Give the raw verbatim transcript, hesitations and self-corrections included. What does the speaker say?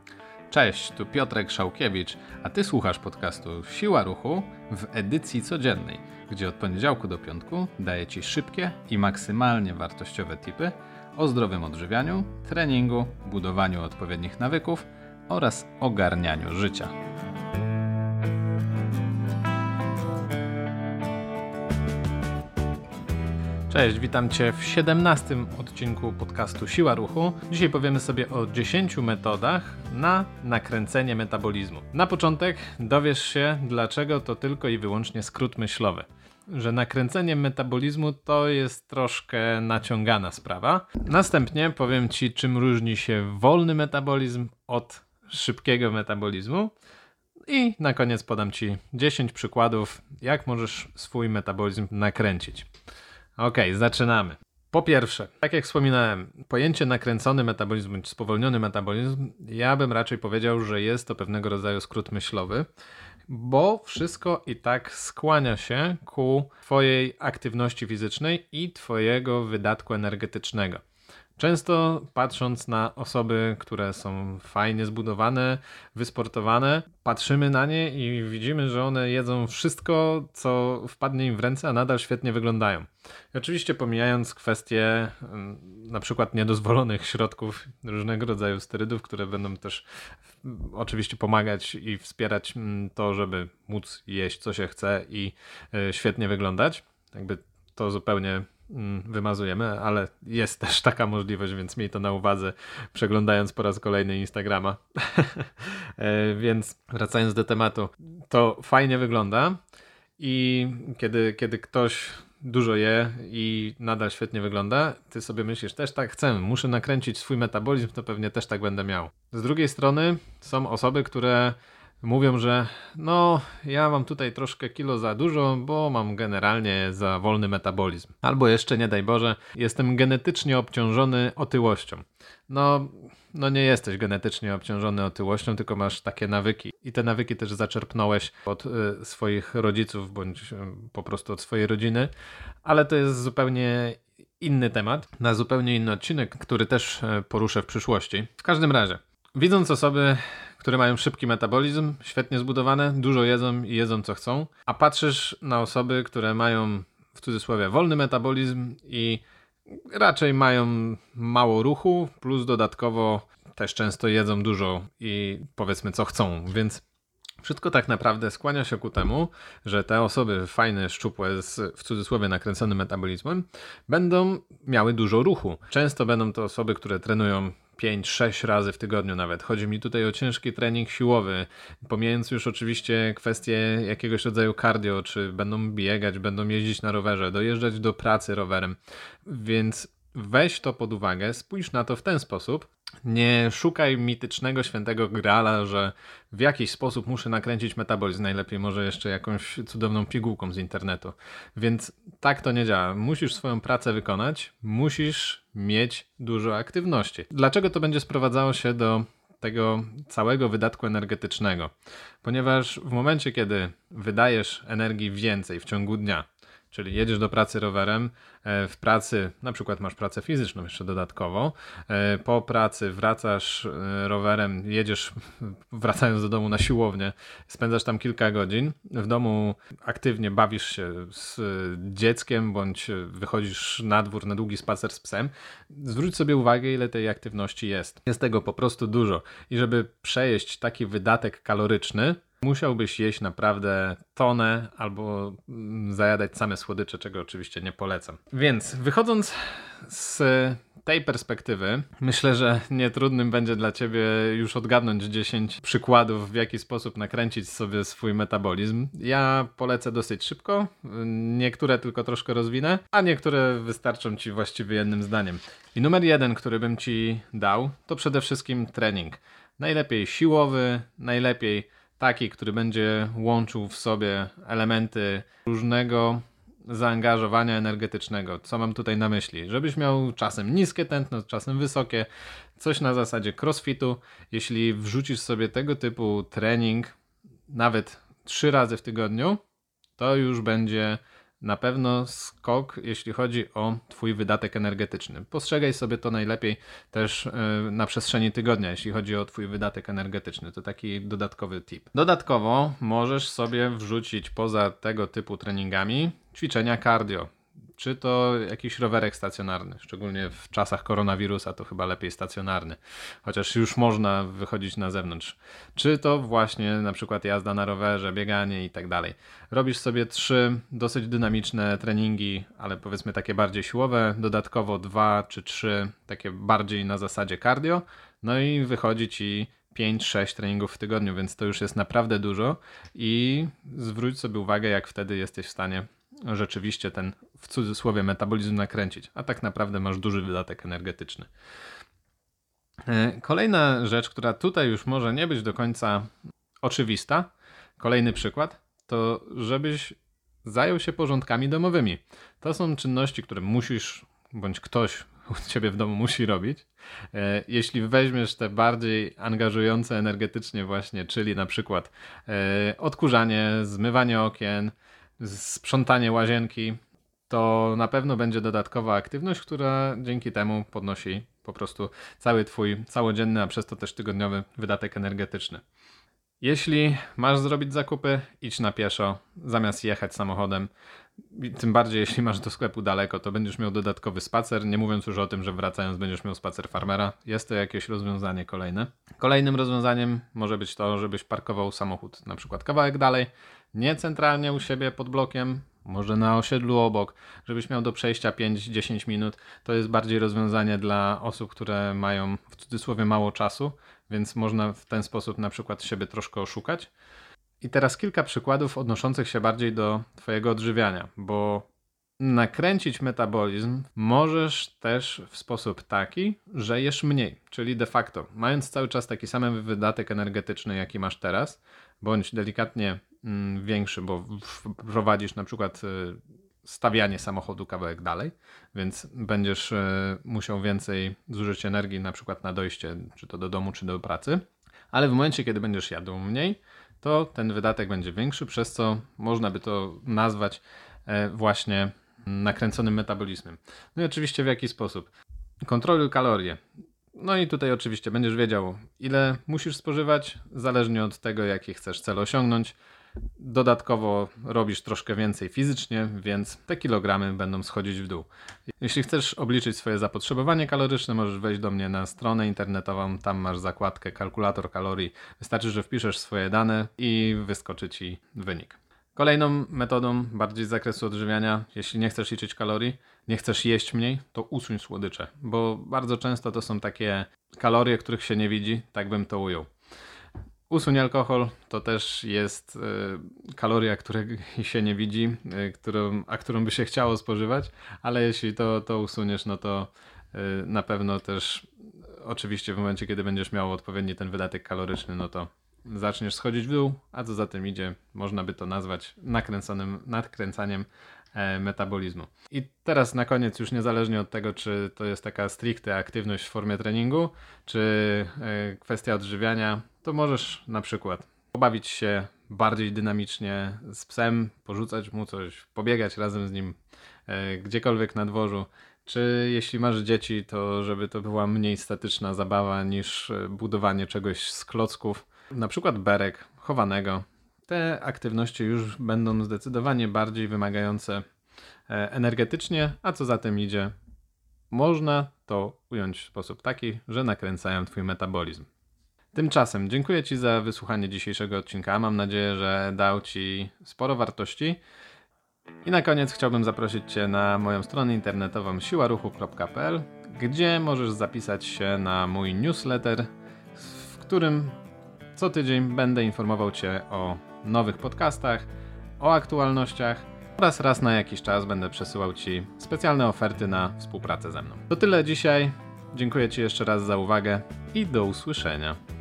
Cześć, tu Piotrek Szałkiewicz, a Ty słuchasz podcastu Siła Ruchu w edycji codziennej, gdzie od poniedziałku do piątku daję Ci szybkie i maksymalnie wartościowe tipy o zdrowym odżywianiu, treningu, budowaniu odpowiednich nawyków oraz ogarnianiu życia. Cześć, witam Cię w siedemnastym odcinku podcastu Siła Ruchu. Dzisiaj powiemy sobie o dziesięciu metodach na nakręcenie metabolizmu. Na początek dowiesz się, dlaczego to tylko i wyłącznie skrót myślowy. Że nakręcenie metabolizmu to jest troszkę naciągana sprawa. Następnie powiem Ci, czym różni się wolny metabolizm od szybkiego metabolizmu. I na koniec podam Ci dziesięć przykładów, jak możesz swój metabolizm nakręcić. Okej, okay, zaczynamy. Po pierwsze, tak jak wspominałem, pojęcie nakręcony metabolizm bądź spowolniony metabolizm, ja bym raczej powiedział, że jest to pewnego rodzaju skrót myślowy, bo wszystko i tak skłania się ku Twojej aktywności fizycznej i Twojego wydatku energetycznego. Często patrząc na osoby, które są fajnie zbudowane, wysportowane, patrzymy na nie i widzimy, że one jedzą wszystko, co wpadnie im w ręce, a nadal świetnie wyglądają. I oczywiście pomijając kwestie na przykład niedozwolonych środków, różnego rodzaju sterydów, które będą też oczywiście pomagać i wspierać to, żeby móc jeść co się chce i świetnie wyglądać. Jakby to zupełnie wymazujemy, ale jest też taka możliwość, więc miej to na uwadze, przeglądając po raz kolejny Instagrama. Więc wracając do tematu, to fajnie wygląda i kiedy, kiedy ktoś dużo je i nadal świetnie wygląda, ty sobie myślisz, też tak chcę, muszę nakręcić swój metabolizm, to pewnie też tak będę miał. Z drugiej strony są osoby, które mówią, że no ja mam tutaj troszkę kilo za dużo, bo mam generalnie za wolny metabolizm. Albo jeszcze, nie daj Boże, jestem genetycznie obciążony otyłością. No, no nie jesteś genetycznie obciążony otyłością, tylko masz takie nawyki. I te nawyki też zaczerpnąłeś od y, swoich rodziców, bądź y, po prostu od swojej rodziny. Ale to jest zupełnie inny temat, na zupełnie inny odcinek, który też y, poruszę w przyszłości. W każdym razie, widząc osoby, które mają szybki metabolizm, świetnie zbudowane, dużo jedzą i jedzą co chcą, a patrzysz na osoby, które mają w cudzysłowie wolny metabolizm i raczej mają mało ruchu, plus dodatkowo też często jedzą dużo i powiedzmy co chcą, więc wszystko tak naprawdę skłania się ku temu, że te osoby fajne, szczupłe, z w cudzysłowie nakręconym metabolizmem będą miały dużo ruchu. Często będą to osoby, które trenują pięć sześć razy w tygodniu nawet. Chodzi mi tutaj o ciężki trening siłowy, pomijając już oczywiście kwestie jakiegoś rodzaju cardio, czy będą biegać, będą jeździć na rowerze, dojeżdżać do pracy rowerem. Więc weź to pod uwagę, spójrz na to w ten sposób. Nie szukaj mitycznego świętego grala, że w jakiś sposób muszę nakręcić metabolizm. Najlepiej może jeszcze jakąś cudowną pigułką z internetu. Więc tak to nie działa. Musisz swoją pracę wykonać, musisz mieć dużo aktywności. Dlaczego to będzie sprowadzało się do tego całego wydatku energetycznego? Ponieważ w momencie, kiedy wydajesz energii więcej w ciągu dnia, czyli jedziesz do pracy rowerem, w pracy na przykład masz pracę fizyczną jeszcze dodatkowo, po pracy wracasz rowerem, jedziesz wracając do domu na siłownię, spędzasz tam kilka godzin, w domu aktywnie bawisz się z dzieckiem, bądź wychodzisz na dwór na długi spacer z psem, zwróć sobie uwagę, ile tej aktywności jest. Jest tego po prostu dużo i żeby przejeść taki wydatek kaloryczny, musiałbyś jeść naprawdę tonę albo zajadać same słodycze, czego oczywiście nie polecam. Więc wychodząc z tej perspektywy, myślę, że nietrudnym będzie dla Ciebie już odgadnąć dziesięć przykładów, w jaki sposób nakręcić sobie swój metabolizm. Ja polecę dosyć szybko, niektóre tylko troszkę rozwinę, a niektóre wystarczą Ci właściwie jednym zdaniem. I numer jeden, który bym Ci dał, to przede wszystkim trening. Najlepiej siłowy, najlepiej taki, który będzie łączył w sobie elementy różnego zaangażowania energetycznego. Co mam tutaj na myśli? Żebyś miał czasem niskie tętno, czasem wysokie, coś na zasadzie crossfitu. Jeśli wrzucisz sobie tego typu trening nawet trzy razy w tygodniu, to już będzie na pewno skok, jeśli chodzi o twój wydatek energetyczny. Postrzegaj sobie to najlepiej też yy, na przestrzeni tygodnia, jeśli chodzi o twój wydatek energetyczny. To taki dodatkowy tip. Dodatkowo możesz sobie wrzucić poza tego typu treningami ćwiczenia cardio. Czy to jakiś rowerek stacjonarny, szczególnie w czasach koronawirusa to chyba lepiej stacjonarny, chociaż już można wychodzić na zewnątrz. Czy to właśnie na przykład jazda na rowerze, bieganie i tak dalej. Robisz sobie trzy dosyć dynamiczne treningi, ale powiedzmy takie bardziej siłowe, dodatkowo dwa czy trzy takie bardziej na zasadzie cardio, no i wychodzi ci pięć sześć treningów w tygodniu, więc to już jest naprawdę dużo i zwróć sobie uwagę, jak wtedy jesteś w stanie rzeczywiście ten, w cudzysłowie, metabolizm nakręcić, a tak naprawdę masz duży wydatek energetyczny. Kolejna rzecz, która tutaj już może nie być do końca oczywista, kolejny przykład, to żebyś zajął się porządkami domowymi. To są czynności, które musisz, bądź ktoś u ciebie w domu musi robić. Jeśli weźmiesz te bardziej angażujące energetycznie właśnie, czyli na przykład odkurzanie, zmywanie okien, sprzątanie łazienki, to na pewno będzie dodatkowa aktywność, która dzięki temu podnosi po prostu cały twój całodzienny, a przez to też tygodniowy wydatek energetyczny. Jeśli masz zrobić zakupy, idź na pieszo, zamiast jechać samochodem. Tym bardziej jeśli masz do sklepu daleko, to będziesz miał dodatkowy spacer, nie mówiąc już o tym, że wracając będziesz miał spacer farmera. Jest to jakieś rozwiązanie kolejne. Kolejnym rozwiązaniem może być to, żebyś parkował samochód na przykład kawałek dalej, nie centralnie u siebie pod blokiem, może na osiedlu obok, żebyś miał do przejścia pięć do dziesięciu minut. To jest bardziej rozwiązanie dla osób, które mają w cudzysłowie mało czasu, więc można w ten sposób na przykład siebie troszkę oszukać. I teraz kilka przykładów odnoszących się bardziej do twojego odżywiania, bo nakręcić metabolizm możesz też w sposób taki, że jesz mniej, czyli de facto mając cały czas taki sam wydatek energetyczny, jaki masz teraz, bądź delikatnie mm, większy, bo prowadzisz na przykład y, stawianie samochodu kawałek dalej, więc będziesz y, musiał więcej zużyć energii na przykład na dojście, czy to do domu, czy do pracy, ale w momencie, kiedy będziesz jadł mniej, to ten wydatek będzie większy, przez co można by to nazwać y, właśnie nakręconym metabolizmem. No i oczywiście w jaki sposób? Kontroluj kalorie. No i tutaj oczywiście będziesz wiedział, ile musisz spożywać, zależnie od tego, jaki chcesz cel osiągnąć. Dodatkowo robisz troszkę więcej fizycznie, więc te kilogramy będą schodzić w dół. Jeśli chcesz obliczyć swoje zapotrzebowanie kaloryczne, możesz wejść do mnie na stronę internetową, tam masz zakładkę kalkulator kalorii. Wystarczy, że wpiszesz swoje dane i wyskoczy ci wynik. Kolejną metodą, bardziej z zakresu odżywiania, jeśli nie chcesz liczyć kalorii, nie chcesz jeść mniej, to usuń słodycze, bo bardzo często to są takie kalorie, których się nie widzi, tak bym to ujął. Usuń alkohol, to też jest y, kaloria, której się nie widzi, y, którą, a którą by się chciało spożywać, ale jeśli to, to usuniesz, no to y, na pewno też oczywiście w momencie, kiedy będziesz miał odpowiedni ten wydatek kaloryczny, no to zaczniesz schodzić w dół, a co za tym idzie, można by to nazwać nakręconym, nadkręcaniem e, metabolizmu. I teraz na koniec, już niezależnie od tego, czy to jest taka stricte aktywność w formie treningu, czy e, kwestia odżywiania, to możesz na przykład pobawić się bardziej dynamicznie z psem, porzucać mu coś, pobiegać razem z nim e, gdziekolwiek na dworzu. Czy jeśli masz dzieci, to żeby to była mniej statyczna zabawa niż budowanie czegoś z klocków, na przykład berek chowanego. Te aktywności już będą zdecydowanie bardziej wymagające energetycznie, a co za tym idzie, można to ująć w sposób taki, że nakręcają twój metabolizm. Tymczasem dziękuję ci za wysłuchanie dzisiejszego odcinka. Mam nadzieję, że dał ci sporo wartości. I na koniec chciałbym zaprosić cię na moją stronę internetową siła ruchu kropka p l, gdzie możesz zapisać się na mój newsletter, w którym co tydzień będę informował cię o nowych podcastach, o aktualnościach oraz raz na jakiś czas będę przesyłał ci specjalne oferty na współpracę ze mną. To tyle dzisiaj. Dziękuję ci jeszcze raz za uwagę i do usłyszenia.